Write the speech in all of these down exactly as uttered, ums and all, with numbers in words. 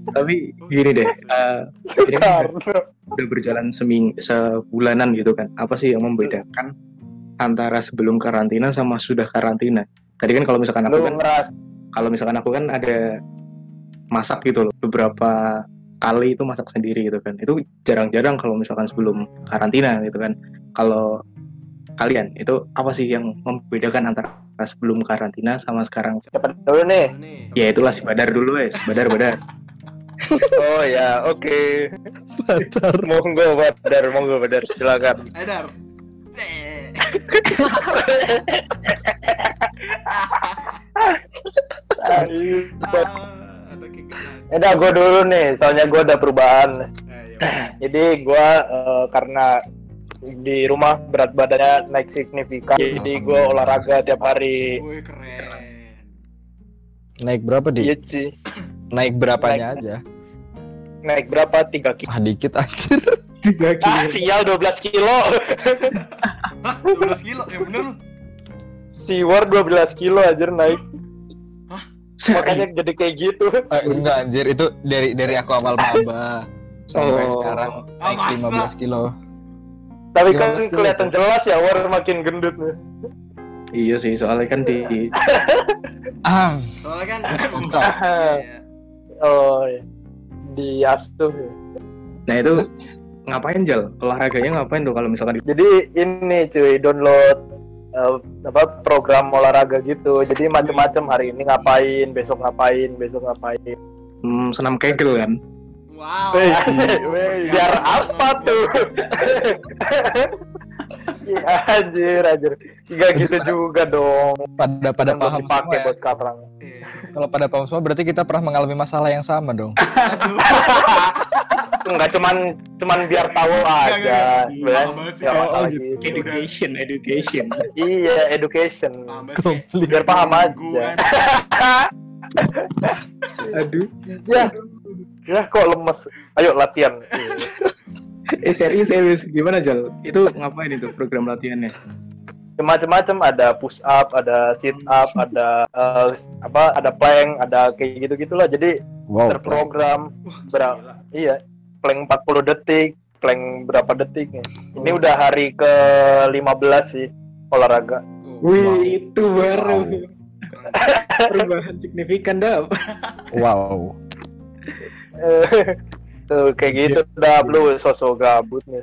Tapi gini deh, uh, ini kan udah, udah berjalan seming sebulanan gitu kan. Apa sih yang membedakan antara sebelum karantina sama sudah karantina? Tadi kan kalau misalkan aku Lu kan, ngeras. kalau misalkan aku kan ada masak gitu loh, beberapa kali itu masak sendiri gitu kan. Itu jarang-jarang kalau misalkan sebelum karantina gitu kan. Kalau kalian itu apa sih yang membedakan antara sebelum karantina sama sekarang? Siapa dulu nih? Ya itulah si Badar dulu wes, Badar Badar. Oh ya, oke. Okay. Badar. Monggo Badar, monggo Badar, silakan. Badar. Udah gue dulu nih, soalnya gue ada perubahan. Jadi gue uh, karena di rumah berat badannya naik signifikan, jadi gue olahraga tiap hari. Wih keren. Naik berapa di? Iya sih. Naik berapanya naik, aja? Naik berapa? tiga kilo. Ah dikit anjir. tiga kilo. Ah sial dua belas kilo. Hah? dua belas kilo? Ya bener lu? Siwar dua belas kilo anjir naik. Hah? Makanya jadi kayak gitu. Eh, enggak anjir, itu dari dari aku awal maba sampai Oh. sekarang naik Oh, lima belas kilo. Tapi kan lima belas kilo, kelihatan cuy. jelas ya War makin gendut nih. Iya sih, soalnya kan di Ah, Soalnya kan cocok. Iya. Oh iya. Di asuh. Nah itu ngapain Jal? Olahraganya ngapain tuh kalau misalkan di... Jadi ini cuy download uh, apa program olahraga gitu. Jadi macam-macam, hari ini ngapain, besok ngapain, besok ngapain. hmm, senam kegel kan? Wow. Wey, Persiapan biar apa tuh? Iya, anjir, anjir. Enggak gitu juga dong. Pada pada Kan paham dipakai semua ya. buat sekarang. Iya. Kalau pada paham semua berarti kita pernah mengalami masalah yang sama dong. Aduh. Enggak cuman cuman biar tahu aja. Enggak, enggak. Bener? Paham banget sih. Ya, Oh, masalah gitu. gitu. Education, education. Iya, education. Paham banget sih. Komplit. Biar paham aja. Gangguan. Aduh. Ya. Ya kok lemes. Ayo latihan. Eh serius, serius. Gimana Jal? Itu ngapain itu program latihannya? Macam-macam, ada push up, ada sit up, ada uh, apa, ada plank, ada kayak gitu-gitulah. Jadi Wow. terprogram Wah, berapa? gila. Iya, plank empat puluh detik, plank berapa detik nih. Ini udah hari ke lima belas sih olahraga. Oh, Wih, Wow. itu baru Wow. perubahan signifikan dah. Wow. Tuh kayak gitu dah, lu sosok gabut nih.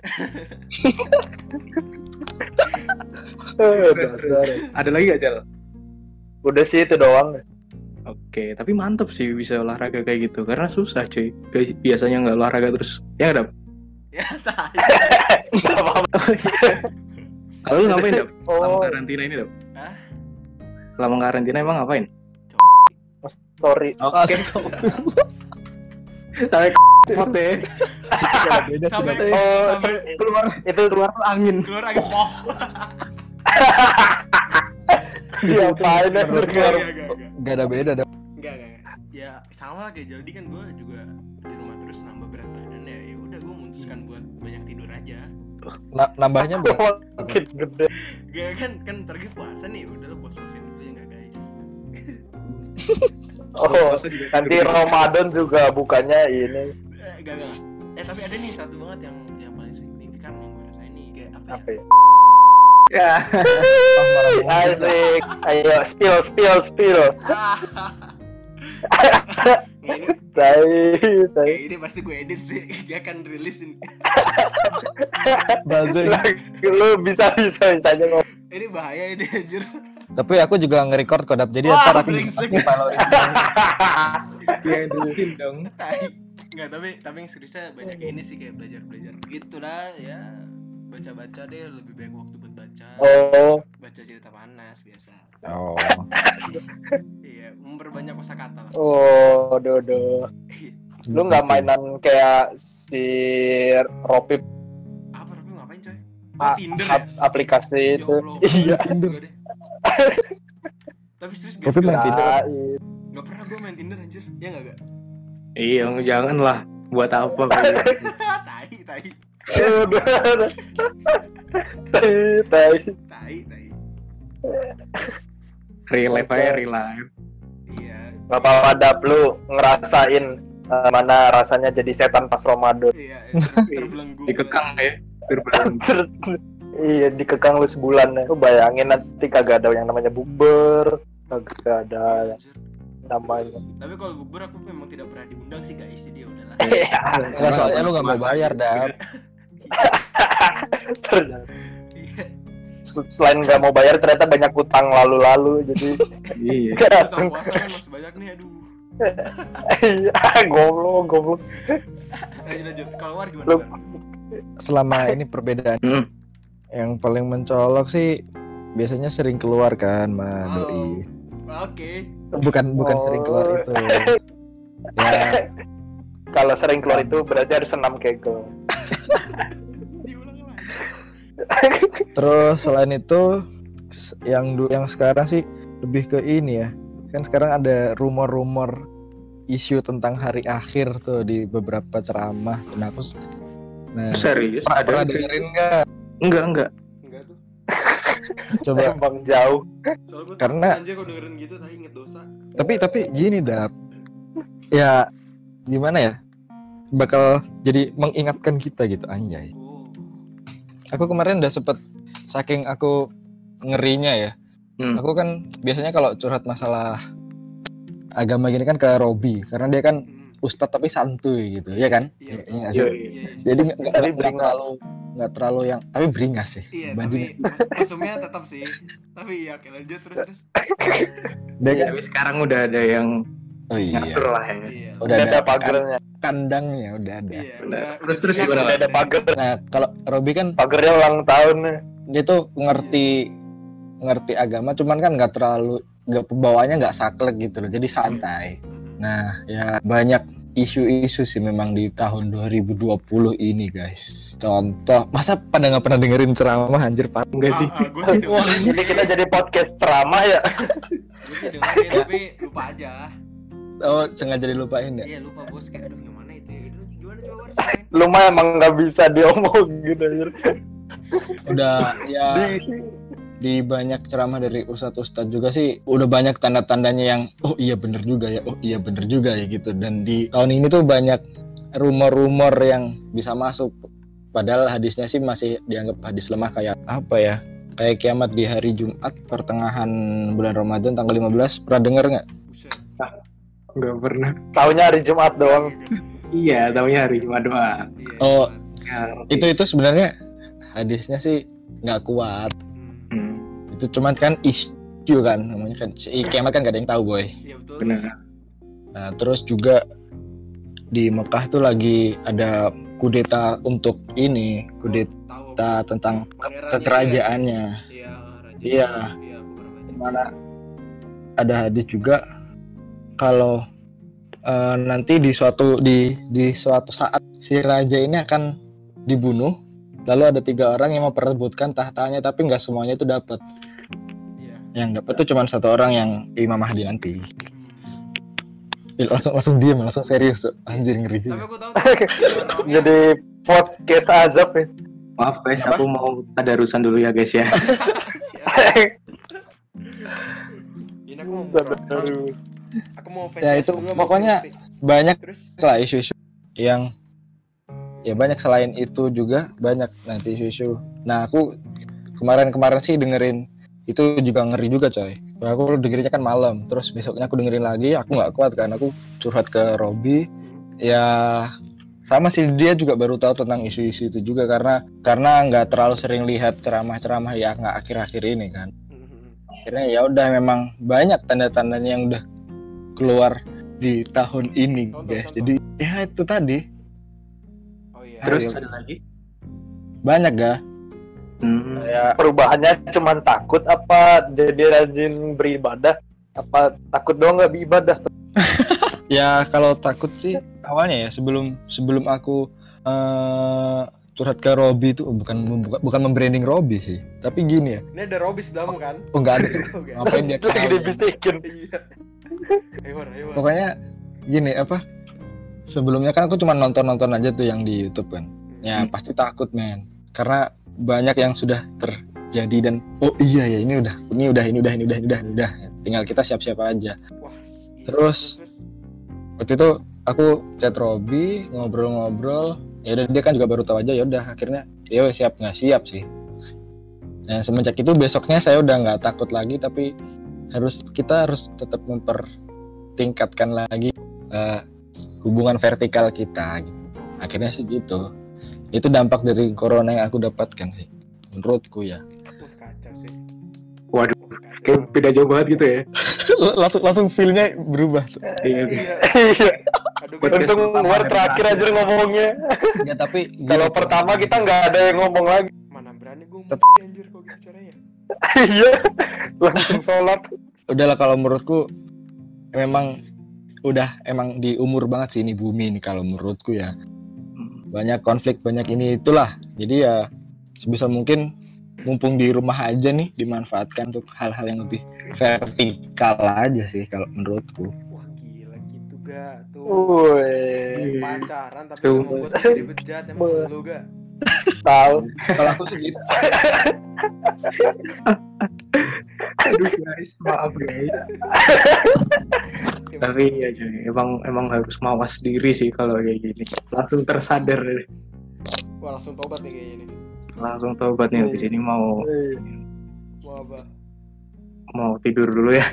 Eh, dasar. Ada lagi gak Jal? Udah sih itu doang. Oke, tapi mantep sih bisa olahraga kayak gitu. Karena susah cuy. Biasanya nggak olahraga terus. Ya nggak Dap? Ya, tai. Kalau lu ngapain Dap? Selama Oh, karantina ini Dap? Hah? Selama karantina emang ngapain? sorry. Oke. Sampai pot deh. Beda Sampai sih. Oh, sampai Keluar itu keluar angin. keluar angin poh. Iya, fine. Enggak, enggak, enggak. Gak ada beda dong. Enggak, enggak, enggak. Ya sama lah kayak jadi kan gue juga di rumah terus nambah berat badan ya. Ya udah gue memutuskan buat banyak tidur aja. Na- nambahnya buat Makin gede. Gak kan kan target puasa nih. Udah lo puas-puasin dulu ya enggak guys. Oh, nanti Ramadan juga bukannya ini. Eh, Enggak, enggak. Eh tapi ada nih satu banget yang yang paling signifikan yang gue rasain nih kayak apa ya? Apa ya? Ya. Asik. Ayo spill spill spill. Nah, ini, Tai, tai. eh, ini pasti gue edit sih. Dia akan rilis ini. Buzzing. Lu bisa bisa bisanya ngomong. Ini bahaya ini anjir. Tapi aku juga nge-record kok Dap. Jadi Wah, ntar aku brengsek. bisa file original. Dia terusin dong. Tai. Enggak, tapi tapi yang seriusnya banyak ini sih kayak belajar-belajar gitu lah ya. Baca-baca deh, lebih baik waktu buat baca. Oh, Baca cerita panas biasa. Oh. Iya, memperbanyak kosakata lah. oh, dodo. Lu nggak mainan kayak si Ropip Apa tapi ngapain coy? A- Tinder ya? ap- aplikasi Ya itu? Allah, Iya. Tinder deh. Tapi serius guys, Tapi main gak, Tinder. Tai. gak pernah gue main Tinder anjir. Ya gak gak? Iya, jangan lah. Buat apa kayak gitu? Tai, tai, Udah. Tai, tai. tai, tai. Real life aja, real life. Iya. Gak apa-apa Dap, lu ngerasain uh, mana rasanya jadi setan pas Ramadan. Iya, ter- terbelenggu. Dikekang ya, terbelenggu. Iya, dikekang lu sebulan ya. Lu bayangin nanti kagak ada yang namanya bukber, kagak ada yang namanya. Tapi kalau bukber aku memang tidak pernah diundang sih guys, jadi udahlah. Enggak, soalnya lu nggak mau bayar dah. Selain nggak mau bayar ternyata banyak utang lalu-lalu jadi Iya. Utang puasa kan masih banyak nih, aduh. iya goblok goblok. Lanjut lanjut. Kalau War gimana? Lu- War? Selama ini perbedaan Hmm. yang paling mencolok sih biasanya sering keluar kan, Ma Oh. doi. Oke. Bukan bukan Oh. sering keluar itu. Ya, Kalau sering keluar itu berarti harus senam kegel. Diulang lagi. terus selain itu s- yang du- yang sekarang sih lebih ke ini ya. Kan sekarang ada rumor-rumor isu tentang hari akhir tuh di beberapa ceramah. Nah, aku s- nah, Serius? pernah, pernah Ada? dengerin nggak? Enggak, enggak. Enggak tuh. Coba. Emang jauh. Soalnya gue Karena- anjir kalau dengerin gitu tadi inget dosa. Tapi tapi gini Dap. Ya gimana ya? Bakal jadi mengingatkan kita gitu anjay. Oh. Aku kemarin udah sempet saking aku ngerinya ya. Hmm. Aku kan biasanya kalau curhat masalah agama gini kan ke Robi karena dia kan Hmm. ustadz tapi santuy gitu, ya kan? Iya, Iya betul. nggak Iya, sih? iya. Iya, iya. Jadi nggak nggak- Tapi nggak beringas. terlalu nggak terlalu yang tapi beringas sih. Iya, Bajingan. tapi mas- kostumnya tetap sih. Tapi iya, oke lanjut terus terus. Dia kan, Tapi sekarang udah ada yang oh iya, ngatur lah ya. Iya. udah Udah ada ada pagernya. kandangnya udah ada. Iya, Udah. udah. Terus- terus siap, gimana, Udah ada pager. Nah kalau Robi kan Pagernya ulang tahun. dia tuh ngerti ngerti agama, cuman kan nggak terlalu nggak pembawaannya nggak saklek gitu loh, jadi santai. Mhm. Nah ya banyak isu-isu sih memang di tahun dua ribu dua puluh ini guys. Contoh, masa pada nggak pernah dengerin ceramah anjir Pak? Enggak sih. Ah, ah, gue sih dengerin. Jadi kita jadi podcast ceramah ya. Gue sih dengerin tapi lupa aja. Oh sengaja dilupain ya? Iya lupa bos, kayak aduh yang mana itu ya. Aduh, gimana coba War ceritain? Lu mah emang nggak bisa diomong gitu. anjir. Udah ya Di- di banyak ceramah dari ustadz-ustadz juga sih udah banyak tanda-tandanya yang oh iya bener juga ya, oh iya bener juga ya gitu. Dan di tahun ini tuh banyak rumor-rumor yang bisa masuk. Padahal hadisnya sih masih dianggap hadis lemah kayak apa ya? Kayak kiamat di hari Jumat pertengahan bulan Ramadan tanggal lima belas. Pernah denger nggak? Buset. Enggak pernah. Taunya hari Jumat doang. Iya, taunya hari Jumat doang. Iya, Oh, iya. Ya, Itu itu sebenarnya hadisnya sih nggak kuat. Hmm. hmm, Itu cuman kan isu kan namanya kan. Si kiamat kan gak ada yang tahu boy. Iya betul. benar. Nah, terus juga di Mekah tuh lagi ada kudeta untuk ini, kudeta Tahu. tentang Pangerannya kekerajaannya. dia. Iya, raja. Iya. Iya, aku pernah baca. Mana ada hadis juga kalau eh, nanti di suatu di di suatu saat si raja ini akan dibunuh, lalu ada tiga orang yang memperebutkan tahtanya tapi nggak semuanya itu dapat. Iya. Yang dapat tuh cuma satu orang yang Imam Mahdi nanti. Hmm. Ih, langsung langsung diam, langsung serius tuh. Anjir ngeri Tapi juga. aku tahu tuh, orangnya- Jadi podcast azab ya. Maaf guys, Apa? aku mau tadarusan dulu ya guys ya. Ini aku mau ngobrol. Aku mau Ya, face itu dulu sama pokoknya- Kristi. Banyak Terus lah isu-isu yang ya banyak selain itu juga banyak nanti isu-isu. Nah aku kemarin-kemarin sih dengerin itu juga ngeri juga coy. Aku dengerinnya kan malam, terus besoknya aku dengerin lagi, aku nggak kuat kan, aku curhat ke Robi. Ya sama sih dia juga baru tahu tentang isu-isu itu juga karena karena nggak terlalu sering lihat ceramah-ceramah yang nggak akhir-akhir ini kan. hmm. Akhirnya ya udah memang banyak tanda-tandanya yang udah keluar di tahun ini Contoh, guys. contoh. Jadi ya itu tadi Oh iya. Terus Ayo. ada lagi? banyak ga Hmm, kayak Perubahannya cuma takut apa jadi rajin beribadah? Apa takut doang nggak beribadah? ya kalau takut sih awalnya ya sebelum sebelum aku eh, curhat ke Robi itu bukan bukan, bukan membranding Robi sih tapi gini ya Ini ada Robi sebelahmu kan? oh nggak ada tuh Oke. ngapain dia Lagi kenal? dibisikin. Iya. Ayo, War, ayo. War. Pokoknya gini apa sebelumnya kan aku cuma nonton-nonton aja tuh yang di YouTube kan ya Hmm. pasti takut men karena banyak yang sudah terjadi dan oh iya ya ini udah ini udah ini udah ini udah ini udah ini udah tinggal kita siap-siap aja. Wah. Iya. Terus, waktu itu aku chat Robi, ngobrol-ngobrol. Ya udah dia kan juga baru tahu aja, ya udah akhirnya ya wes, siap nggak siap sih. Nah semenjak itu besoknya saya udah nggak takut lagi, tapi harus kita harus tetap mempertingkatkan lagi uh, hubungan vertikal kita gitu. Akhirnya sih gitu. Itu dampak dari corona yang aku dapatkan sih menurutku ya. Wah, kacau sih. Waduh, kayak beda jauh banget gitu ya. langsung langsung feel-nya berubah. Iya. Iya. Aduh, Podcast Untung pertama luar dan terakhir aja ngomongnya. Ya tapi Kalau gitu. pertama kita nggak ada yang ngomong lagi. mana berani gue Tep- mau anjir kok gitu caranya. Iya. Langsung sholat. Udahlah kalau menurutku memang udah emang di umur banget sih ini bumi ini kalau menurutku ya. Banyak konflik, banyak ini itulah. Jadi ya sebisa mungkin mumpung di rumah aja nih dimanfaatkan untuk hal-hal yang lebih vertikal aja sih kalau menurutku. Wah gila gitu gak tuh. Woi. Pacaran tapi Tuh. gak membuat jadi bejat emang lu gak. Tahu. Kalau aku sih gitu. Aduh guys, maaf guys. Tapi ya cuy, emang emang harus mawas diri sih kalau kayak gini. Langsung tersadar deh. Wah langsung tobat nih kayaknya nih. Langsung tobat nih habis ini mau Mau apa? mau tidur dulu ya.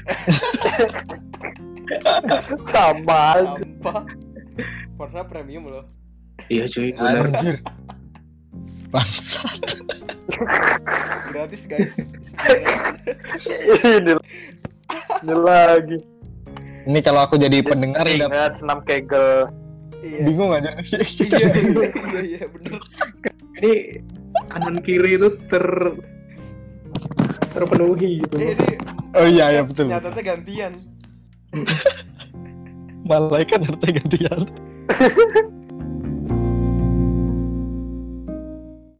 Sama. Sampah. Pernah premium loh. Iya cuy, benar. Anjir. Bangsat. Gratis guys. Ini, ini lagi. Ini kalau aku jadi pendengar udah Ingat senam kegel. Iya. bingung aja. Iya iya iya bener. Ini kanan kiri itu ter terpenuhi gitu. Eh, ini Oh iya ya betul. nyatetnya gantian. Malaikat harta gantian.